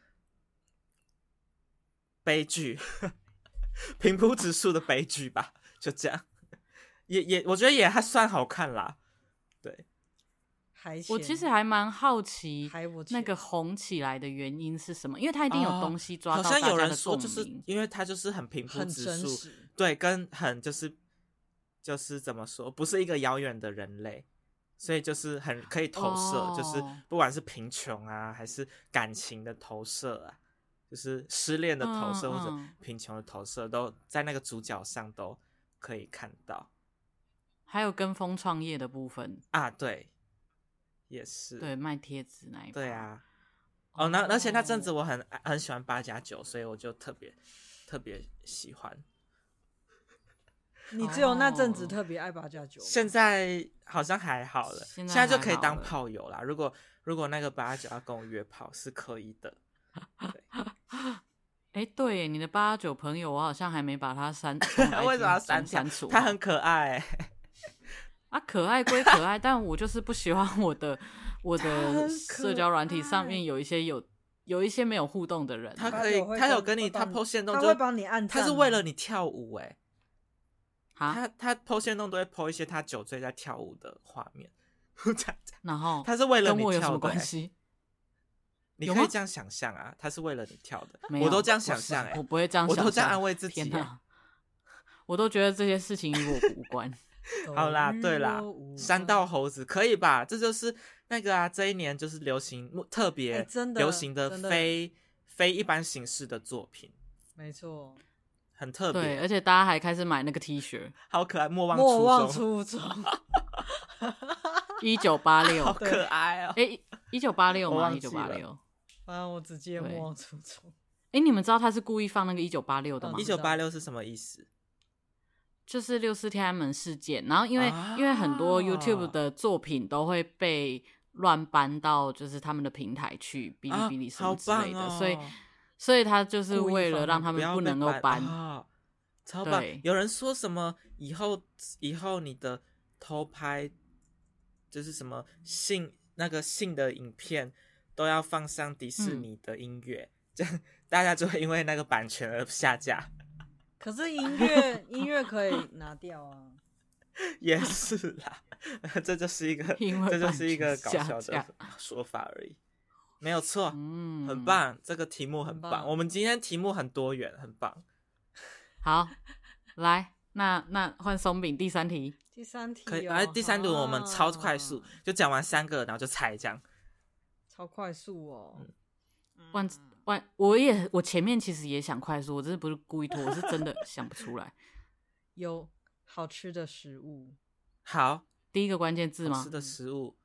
悲剧，平铺直述的悲剧吧，就这样。我觉得也还算好看啦。对， 我其实还蛮好奇那个红起来的原因是什么，因为它一定有东西抓到大家的共鸣。好像有人说， 就是因为它就是很平铺直述，对，跟很就是怎么说，不是一个遥远的人类，所以就是很可以投射，就是不管是贫穷啊，还是感情的投射啊。就是失恋的投射或者贫穷的投射，都在那个主角上都可以看到。 还有跟风创业的部分啊，对，也是， 对，卖贴纸那一对啊。而且那阵子我很喜欢8+9，所以我就特别喜欢。 你只有那阵子特别爱8+9， 现在好像还好了，现在就可以当炮友啦。如果那个8+9要跟我约炮是可以的。 对耶，你的8+9朋友我好像还没把他删为什么要删除？他很可爱可爱归可爱，但我就是不喜欢我的社交软体上面有一些没有互动的人。 他有跟你，他 po 限动， 他会帮你按赞， 他是为了你跳舞他 po 限动都会 po 一些他酒醉在跳舞的画面， 然后他是为了你跳的， 跟我有什么关系？ 你可以这样想象啊，他是为了你跳的，我都这样想象我不会这样想象， 我都这样安慰自己。 我都觉得这些事情与我无关。 好啦，对啦，山道猴子可以吧？这就是那个这一年就是特别流行的非一般形式的作品， 没错， 很特别。 对，而且大家还开始买那个 T 恤， 好可爱，莫忘初衷。 1986， 好可爱哦 ！1986吗？1986。 反正我只记得莫忘初衷。 你们知道他是故意放那个1986的吗 ？1986是什么意思？ 就是6四天安门事件，然后因为很多 YouTube 的作品都会被乱搬到就是他们的平台去，哔哩哔哩什么之类的，所以他就是为了让他们不能够搬， 超棒！有人说什么以后你的偷拍就是什么性的影片都要放上迪士尼的音乐，这样大家就会因为那个版权而下架。 可是音乐可以拿掉啊。 也是啦，这就是一个搞笑的说法而已，没有错。很棒，这个题目很棒。我们今天题目很多元，很棒。 好，来，那换松饼第3题。 可以，第3轮我们超快速，就讲完3个，然后就猜这样。 超快速哦。 我前面其实也想快速，我真的不是故意拖，我是真的想不出来。 有好吃的食物。 好， 第一个关键字吗？ 好吃的食物。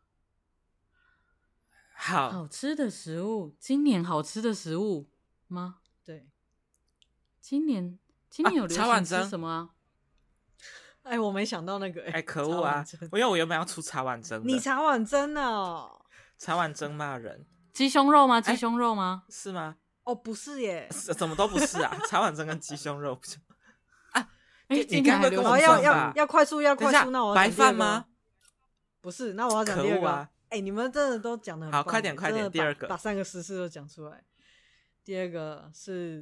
好吃的食物，今年好吃的食物吗？ 对， 今年有流行吃什么啊？ 哎，我没想到那个， 哎，可恶啊！因为我原本要出茶碗蒸的。 你茶碗蒸哦？ 茶碗蒸骂人。 鸡胸肉吗？鸡胸肉吗？ 是吗？ 哦，不是耶， 怎么都不是啊！茶碗蒸跟鸡胸肉不是啊？ 你刚才要快速，要快速，那我白饭吗？ 不是，那我要讲第二个。哎，你们真的都讲得很棒。 好，快点，第二个， 把3个时事都讲出来。第二个是。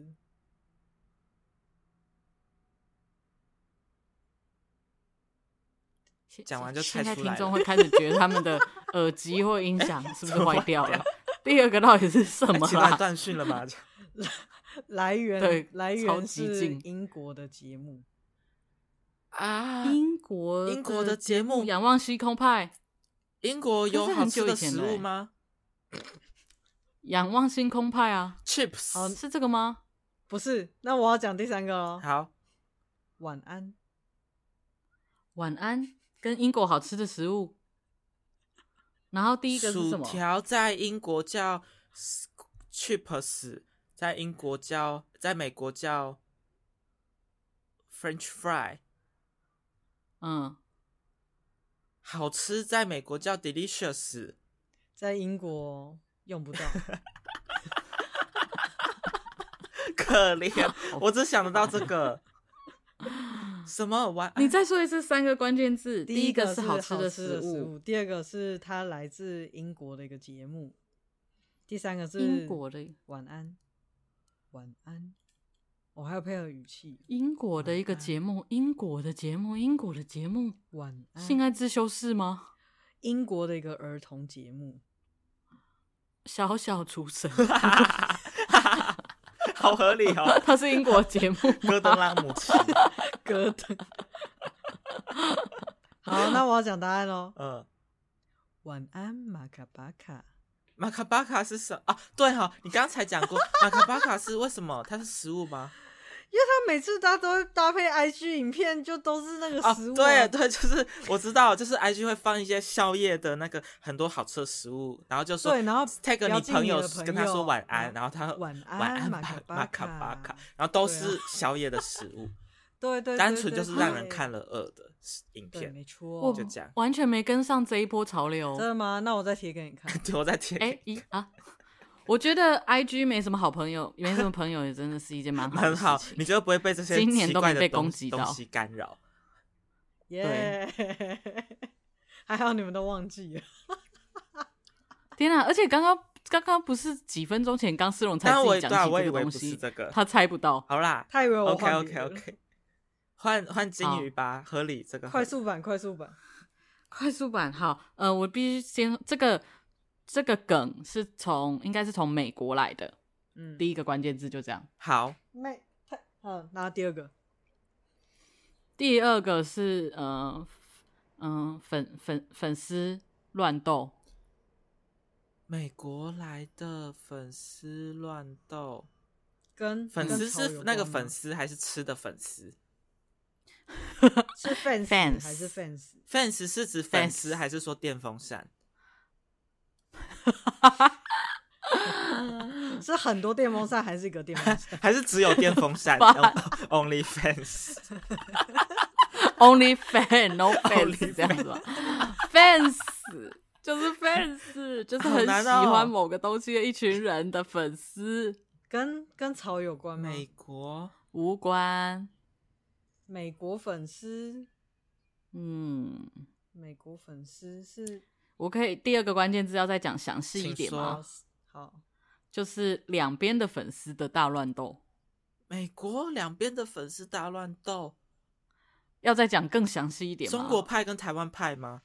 讲完就猜出来了。 现在听众会开始觉得他们的耳机或音响是不是坏掉了？第二个到底是什么啦？ 断讯了吗？ 来源是英国的节目啊！ 英国的节目《 仰望星空派》。 英国有好吃的食物吗？ 仰望星空派啊 ，Chips， 好是这个吗？ 不是，那我要讲第3个咯。 好， 晚安， 晚安。跟英国好吃的食物，然后第一个是什么？ 薯条在英国叫 chips， 在美国叫 French fry。好吃在美国叫 delicious， 在英国用不到。 可怜，我只想得到这个。什么晚安？ 你再说一次3个关键字。第一个是好吃的食物，第二个是它来自英国的一个节目，第3个是英国的晚安。晚安，我还要配合语气。 英国的一个节目，英国的节目。 晚安。 性爱自修室吗？ 英国的一个儿童节目。 小小厨神。 好合理哦， 它是英国节目。 戈登拉姆齐。 戈登。好，那我要讲答案咯。晚安，马卡巴卡。 马卡巴卡是什么啊？对哈，你刚才讲过，马卡巴卡是为什么？它是食物吗？ 因为他每次他都会搭配 IG 影片，就都是那个食物。 对，就是我知道，就是 IG 会放一些宵夜的那个很多好吃的食物，然后就说， 对，然后 tag 你朋友跟他说晚安，然后他晚安马卡巴卡，然后都是宵夜的食物。 对， 单纯就是让人看了饿的影片， 没错， 就这样。 完全没跟上这一波潮流。 真的吗？那我再贴给你看。 对，我再贴。 我觉得 IG 没什么好朋友，没什么朋友也真的是一件蛮好的事情。 很好，你就不会被这些今年都没被攻击到东西干扰。 耶，还好你们都忘记了。 天啊！而且刚刚不是几分钟前刚思荣才自己讲起这个东西，他猜不到。 好啦， 他以为我 OK， 换金鱼吧，合理这个快速版。 好，我必须先这个梗是应该是从美国来的。第一个关键字就这样。 好， 那第二个。 第二个是粉丝乱斗。 美国来的粉丝乱斗， 跟粉丝是那个粉丝还是吃的粉丝？ 是 fans 还是 fans 是指粉丝还是说电风扇？ 是很多电风扇还是一个电风扇？ 还是只有电风扇？Only fans。 Only fan no fans 这样子吧。fans 就是 fans， 就是很喜欢某个东西的一群人的粉丝。 跟草有关吗？ 美国无关。 美国粉丝，美国粉丝是， 我可以第二个关键字要再讲详细一点吗？ 好， 就是两边的粉丝的大乱斗。 美国两边的粉丝大乱斗， 要再讲更详细一点吗？ 中国派跟台湾派吗？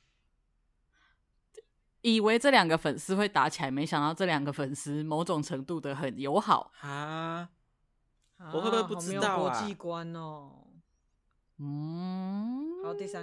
以为这两个粉丝会打起来，没想到这两个粉丝某种程度的很友好啊！我会不会不知道啊？ 好没有国际观哦。好，第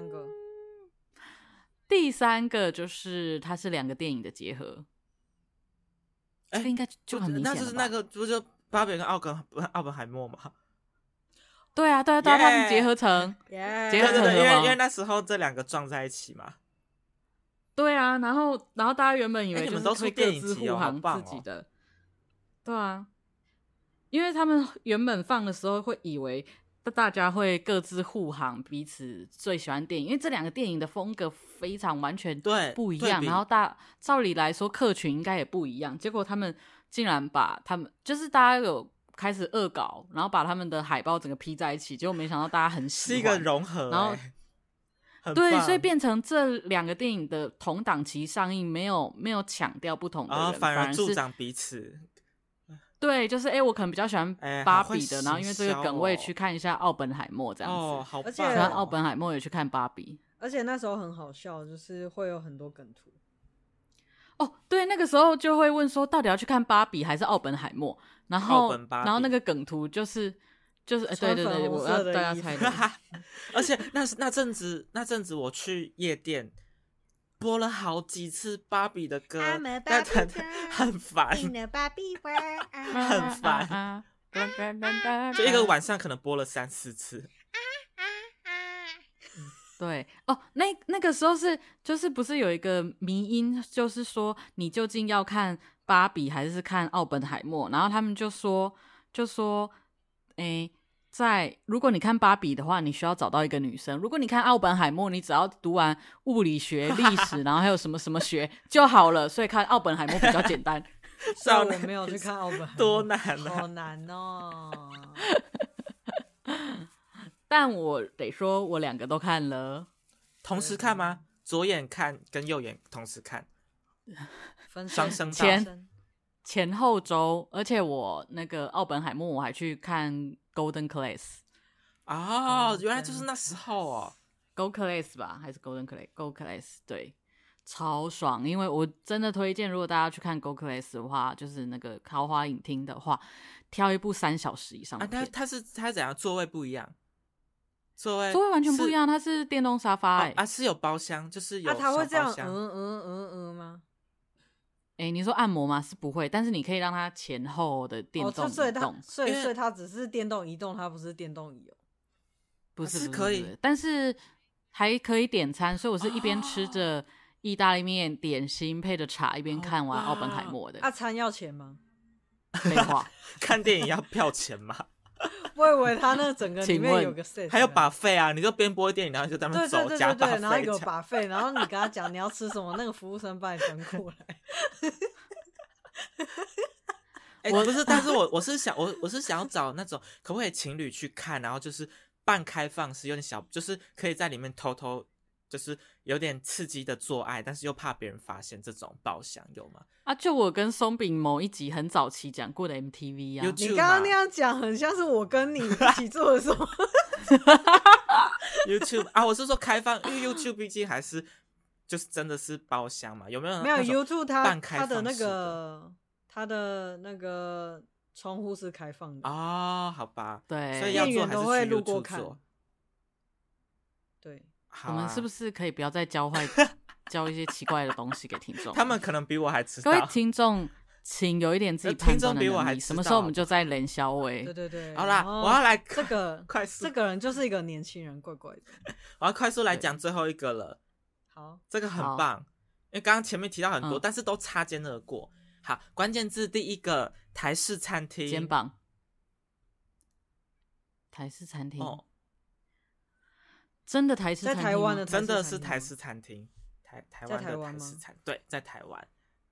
三个就是它是两个电影的结合。这个应该就很明显了吧？ 那就是那个不就芭比跟奥本海默吗？ 对啊，他们结合成结合成对，因为那时候这两个撞在一起嘛。 对啊，然后大家原本以为就是会各自护航自己的，对啊，因为他们原本放的时候会以为大家会各自护航彼此最喜欢电影，因为这两个电影的风格非常完全不一样，然后照理来说客群应该也不一样，结果他们竟然把他们就是大家有开始恶搞，然后把他们的海报整个披在一起，结果没想到大家很喜欢， 是一个融合， 然后对，所以变成这两个电影的同档期上映，没有抢掉不同的人， 反而助长彼此。 对，就是我可能比较喜欢芭比的，然后因为这个梗我也去看一下奥本海默这样子， 好棒！ 喜欢奥本海默也去看芭比， 而且那时候很好笑，就是会有很多梗图。 对，那个时候就会问说，到底要去看芭比还是奥本海默？然后那个梗图就是对，我要大家猜的。 而且那阵子我去夜店。播了好几次芭比的歌，但很烦，很烦，就一个晚上可能播了3-4次。 对那个时候就是不是有一个迷因，就是说你究竟要看芭比还是看奥本海默？然后他们就说如果你看芭比的话，你需要找到一个女生；如果你看奥本海默，你只要读完物理学、历史，然后还有什么什么学就好了。所以看奥本海默比较简单。 虽然我没有去看奥本海默， 多难啊， 好难哦。 但我得说，我两个都看了。 同时看吗？左眼看跟右眼同时看，双声道。 前后周，而且我那个奥本海默我还去看 Golden Class 原来就是那时候哦 Gold Class 吧，还是 Golden Class？Gold Class 对，超爽！因为我真的推荐，如果大家去看 Gold Class 的话，就是那个豪华影厅的话，挑一部3小时以上的片。 它怎样？座位不一样？座位完全不一样，它是电动沙发是有包厢，就是有它会这样吗？ 你说按摩吗？是不会，但是你可以让它前后的电动移动， 所以它只是电动移动，它不是电动椅不是可以， 但是还可以点餐，所以我是一边吃着意大利面点心配着茶，一边看完奥本海默的。 餐要钱吗？ 废话， 看电影要票钱吗？ 我以为他那整个里面有个 set， 还有 buffet 啊，你就边播电影，然后就在那边走加 buffet， 然后有 buffet， 然后你跟他讲你要吃什么，那个服务生帮你分过来。 不是，但是我是想要找那种可不可以情侣去看，然后就是半开放式，有点小，就是可以在里面偷偷，就是有点刺激的做爱，但是又怕别人发现，这种包厢有吗？ 就我跟松饼某一集很早期讲过的 MTV 你刚刚那样讲，很像是我跟你一起做的什么 ？YouTube 我是说开放，因为 YouTube 毕竟还是就是真的是包厢嘛，有没有？ 没有 YouTube 它的那个窗户是开放的好吧， 对， 所以要做还是去 YouTube 做。对， 我们是不是可以不要再教一些奇怪的东西给听众？ 他们可能比我还知道。 各位听众，请有一点自己判断的能力。什么时候我们就在连消委？ 对。 好啦，我要来这个快速， 这个人就是一个年轻人，怪怪的。 我要快速来讲最后一个了。 好， 这个很棒，因为刚刚前面提到很多，但是都擦肩而过。好，关键字第一个台式餐厅， 肩膀。台式餐厅真的台式餐厅， 在台湾的真的是台式餐厅，台湾的台式餐，对，在台湾。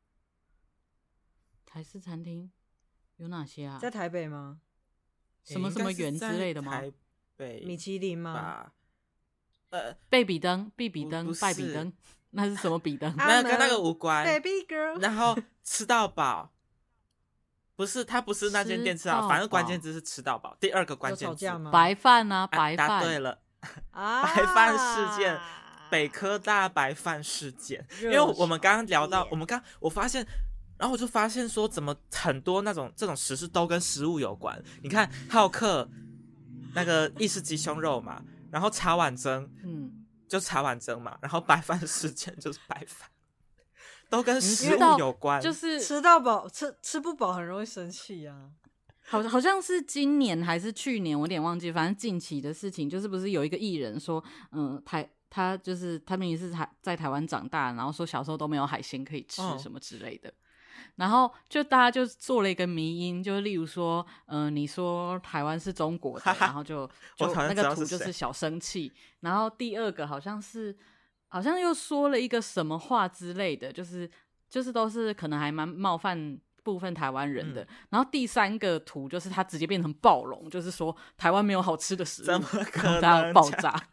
台式餐厅有哪些啊？ 在台北吗？ 什么什么园之类的吗？ 台北米其林吗？ 贝比登、拜比登，那是什么比登？ 那跟那个无关。 Baby girl， 然后吃到饱，不是，它不是那间店吃到饱，反正关键字是吃到饱。第二个关键字白饭啊，白饭。 答对了，白饭事件，北科大白饭事件。因为我们刚刚聊到，我发现。然后我就发现说，怎么很多这种时事都跟食物有关。你看浩克那个意式鸡胸肉嘛，然后茶碗蒸，就茶碗蒸嘛，然后白饭事件就是白饭，都跟食物有关。 就是吃到饱，吃不饱很容易生气啊。 好像是今年还是去年，我有点忘记，反正近期的事情就是不是有一个艺人说，他明明是在台湾长大，然后说小时候都没有海鲜可以吃什么之类的。 然后就大家就做了一个迷因，就例如说，你说台湾是中国的，然后就那个图就是小生气，然后第二个好像又说了一个什么话之类的，就是都是可能还蛮冒犯部分台湾人的，然后第三个图就是他直接变成暴龙，就是说台湾没有好吃的食物， 怎么可能大家爆炸。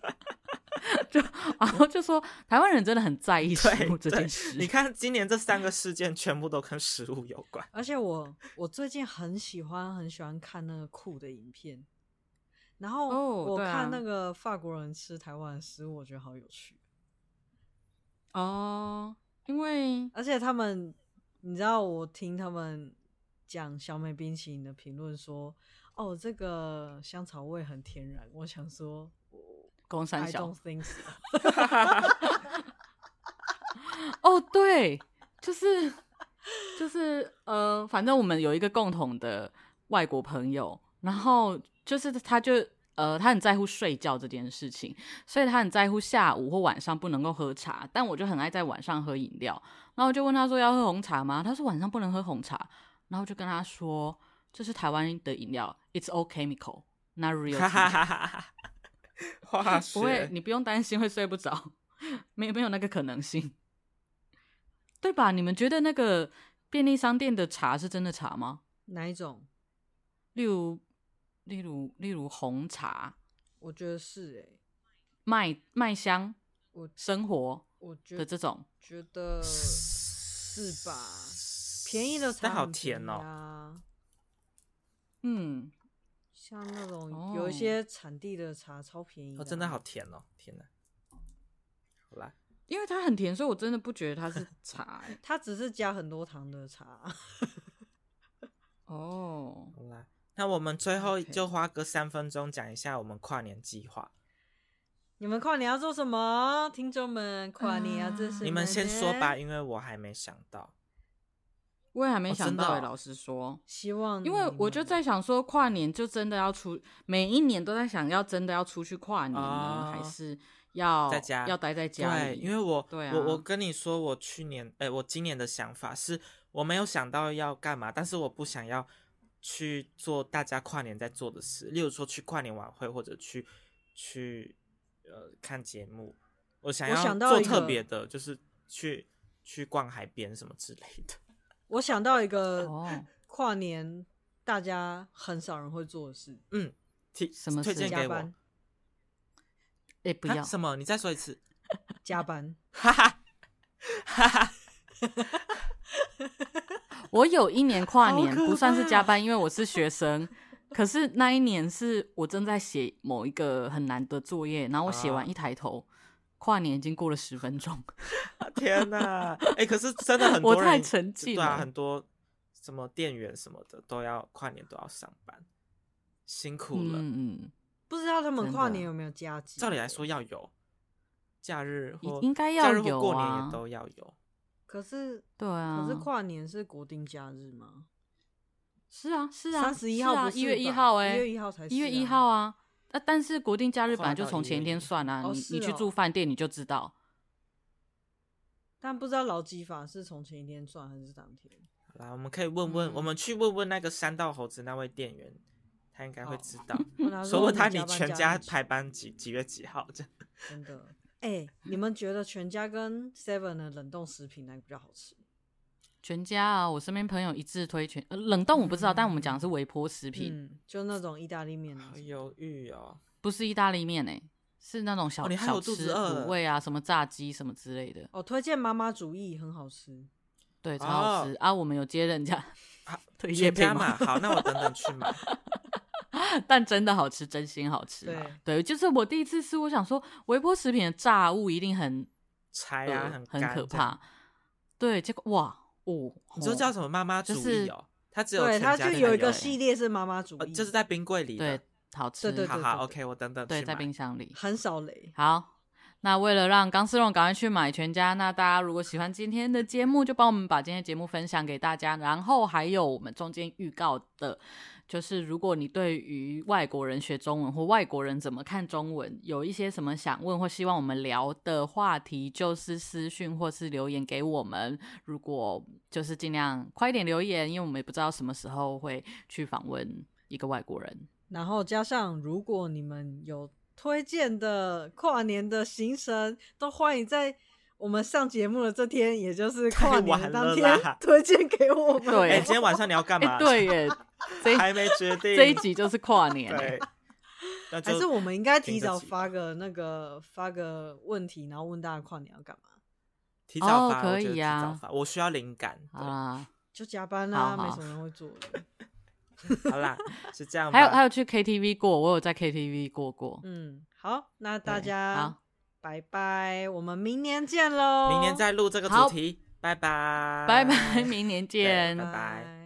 然后就说台湾人真的很在意食物这件事。 你看今年这3个事件全部都跟食物有关。 而且我最近很喜欢看那个酷的影片，然后我看那个法国人吃台湾的食物，我觉得好有趣哦。因为而且他们，你知道我听他们讲小美冰淇淋的评论说，哦，这个香草味很天然，我想说公三小 I don't think so 哦，对，就是反正我们有一个共同的外国朋友，然后就是他很在乎睡觉这件事情，所以他很在乎下午或晚上不能够喝茶，但我就很爱在晚上喝饮料，然后我就问他说要喝红茶吗？他说晚上不能喝红茶，然后我就跟他说这是台湾的饮料 It's all chemical not real tea 化学不会，你不用担心会睡不着，没有那个可能性，对吧？你们觉得那个便利商店的茶是真的茶吗？ 哪一种？ 例如红茶， 我觉得是麦香，生活我觉的这种， 觉得是吧？便宜的茶但好很便宜甜哦。 像那种有一些产地的茶超便宜的真的好甜哦！天哪，好啦， 因为它很甜，所以我真的不觉得它是茶它只是加很多糖的茶哦， 好啦，那我们最后就花个3分钟讲一下我们跨年计划。 你们跨年要做什么？听众们，跨年要做什么？ 你们先说吧，因为我还没想到。 我也还没想到老实说， 希望因为我就在想说，跨年就真的要每一年都在想要真的要出去跨年呢，还是要在家要待在家里？ 对，因为我跟你说，我今年的想法是我没有想到要干嘛，但是我不想要去做大家跨年在做的事，例如说去跨年晚会或者去看节目。我想要做特别的，就是去逛海边什么之类的。 我想到一个跨年大家很少人会做的事， 什么事？ 推荐给我？ 不要什么？你再说一次。 加班。 我有一年跨年不算是加班，因为我是学生。可是那一年是我正在写某一个很难的作业，然后我写完一抬头，跨年已经过了10分钟。 天哪！可是真的很多人， 我太沉浸了。 对啊，很多什么店员什么的跨年都要上班，辛苦了。 不知道他们跨年有没有假期？ 照理来说要有假日或应该要有啊， 假日或过年也都要有。 可是对啊， 可是跨年是国定假日吗？ 是啊 31号不是 1月1号 1月1号才是 1月1号啊。但是国定假日本来就从前一天算啊，你去住饭店你就知道。 但不知道劳基法是从前一天算还是当天。 好啦，我们可以我们去问问那个山道猴子那位店员，他应该会知道。说问他你全家排班几月几号这样。 真的。你们觉得全家跟 Seven 的冷冻食品哪个比较好吃？ 全家啊，我身边朋友一致推冷冻我不知道，但我们讲的是微波食品， 就那种意大利面。 好犹豫哦， 不是意大利面是那种小吃卤味啊，什么炸鸡什么之类的。 推荐妈妈主义，很好吃。 对，超好吃啊！我们有接人家推荐全家嘛，好，那我等等去买。 但真的好吃，真心好吃。对，就是我第一次吃，我想说微波食品的炸物一定很柴啊， 很可怕。对，结果哇你说叫什么妈妈主义哦？它只有全家， 它就有一个系列是妈妈主义， 就是在冰柜里的。 对，好吃。 对， 好 ，OK， 我等等去买。 对，在冰箱里， 很少雷。 好。那为了让钢丝绒赶快去买全家，那大家如果喜欢今天的节目，就帮我们把今天的节目分享给大家，然后还有我们中间预告的就是如果你对于外国人学中文或外国人怎么看中文有一些什么想问或希望我们聊的话题，就是私讯或是留言给我们。如果就是尽量快一点留言，因为我们也不知道什么时候会去访问一个外国人。 然后加上如果你们有推荐的跨年的行程，都欢迎在我们上节目的这天，也就是跨年的当天推荐给我们。 对， 今天晚上你要干嘛？ 对耶， 还没决定。 这一集就是跨年。 对， 还是我们应该提早发个问题，然后问大家跨年要干嘛？ 提早发， 可以啊， 提早发，我需要灵感啊， 就加班啊，没什么人会做的。 好啦，是这样吧。 还有去 KTV 过，我有在 KTV 过。 好，那大家拜拜，我们明年见喽！ 明年再录这个主题，拜拜， 拜拜，明年见， 拜拜。